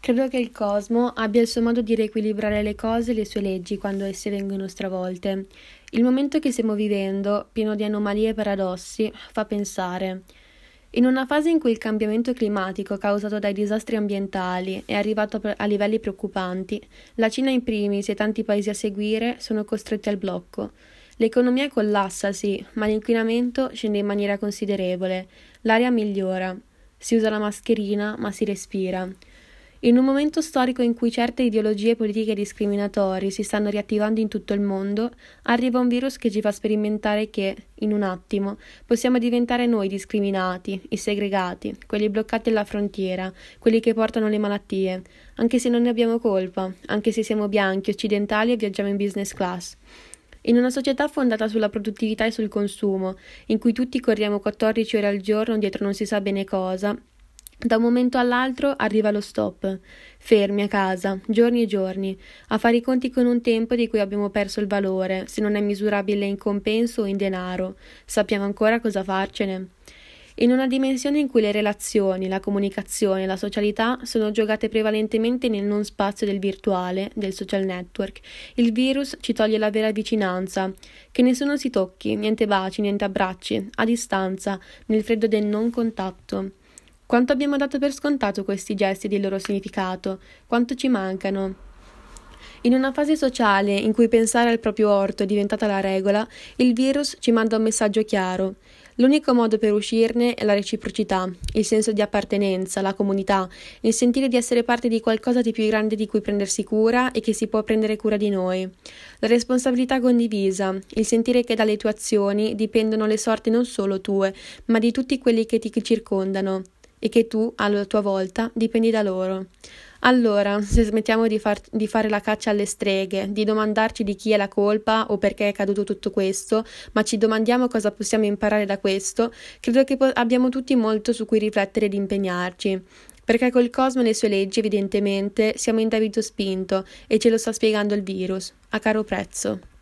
Credo che il cosmo abbia il suo modo di riequilibrare le cose e le sue leggi quando esse vengono stravolte. Il momento che stiamo vivendo, pieno di anomalie e paradossi, fa pensare. In una fase in cui il cambiamento climatico causato dai disastri ambientali è arrivato a livelli preoccupanti, la Cina in primis e tanti paesi a seguire sono costretti al blocco. L'economia collassa, sì, ma l'inquinamento scende in maniera considerevole, l'aria migliora, si usa la mascherina, ma si respira. In un momento storico in cui certe ideologie politiche discriminatorie si stanno riattivando in tutto il mondo, arriva un virus che ci fa sperimentare che, in un attimo, possiamo diventare noi discriminati, i segregati, quelli bloccati alla frontiera, quelli che portano le malattie, anche se non ne abbiamo colpa, anche se siamo bianchi, occidentali e viaggiamo in business class. In una società fondata sulla produttività e sul consumo, in cui tutti corriamo 14 ore al giorno dietro non si sa bene cosa, da un momento all'altro arriva lo stop, fermi a casa, giorni e giorni, a fare i conti con un tempo di cui abbiamo perso il valore, se non è misurabile in compenso o in denaro. Sappiamo ancora cosa farcene? In una dimensione in cui le relazioni, la comunicazione e la socialità sono giocate prevalentemente nel non spazio del virtuale, del social network, il virus ci toglie la vera vicinanza, che nessuno si tocchi, niente baci, niente abbracci, a distanza, nel freddo del non contatto. Quanto abbiamo dato per scontato questi gesti e il loro significato? Quanto ci mancano? In una fase sociale in cui pensare al proprio orto è diventata la regola, il virus ci manda un messaggio chiaro. L'unico modo per uscirne è la reciprocità, il senso di appartenenza, la comunità, il sentire di essere parte di qualcosa di più grande di cui prendersi cura e che si può prendere cura di noi. La responsabilità condivisa, il sentire che dalle tue azioni dipendono le sorti non solo tue, ma di tutti quelli che ti circondano e che tu, alla tua volta, dipendi da loro. Allora, se smettiamo di fare la caccia alle streghe, di domandarci di chi è la colpa o perché è accaduto tutto questo, ma ci domandiamo cosa possiamo imparare da questo, credo che abbiamo tutti molto su cui riflettere ed impegnarci. Perché col cosmo e le sue leggi, evidentemente, siamo in debito spinto e ce lo sta spiegando il virus, a caro prezzo.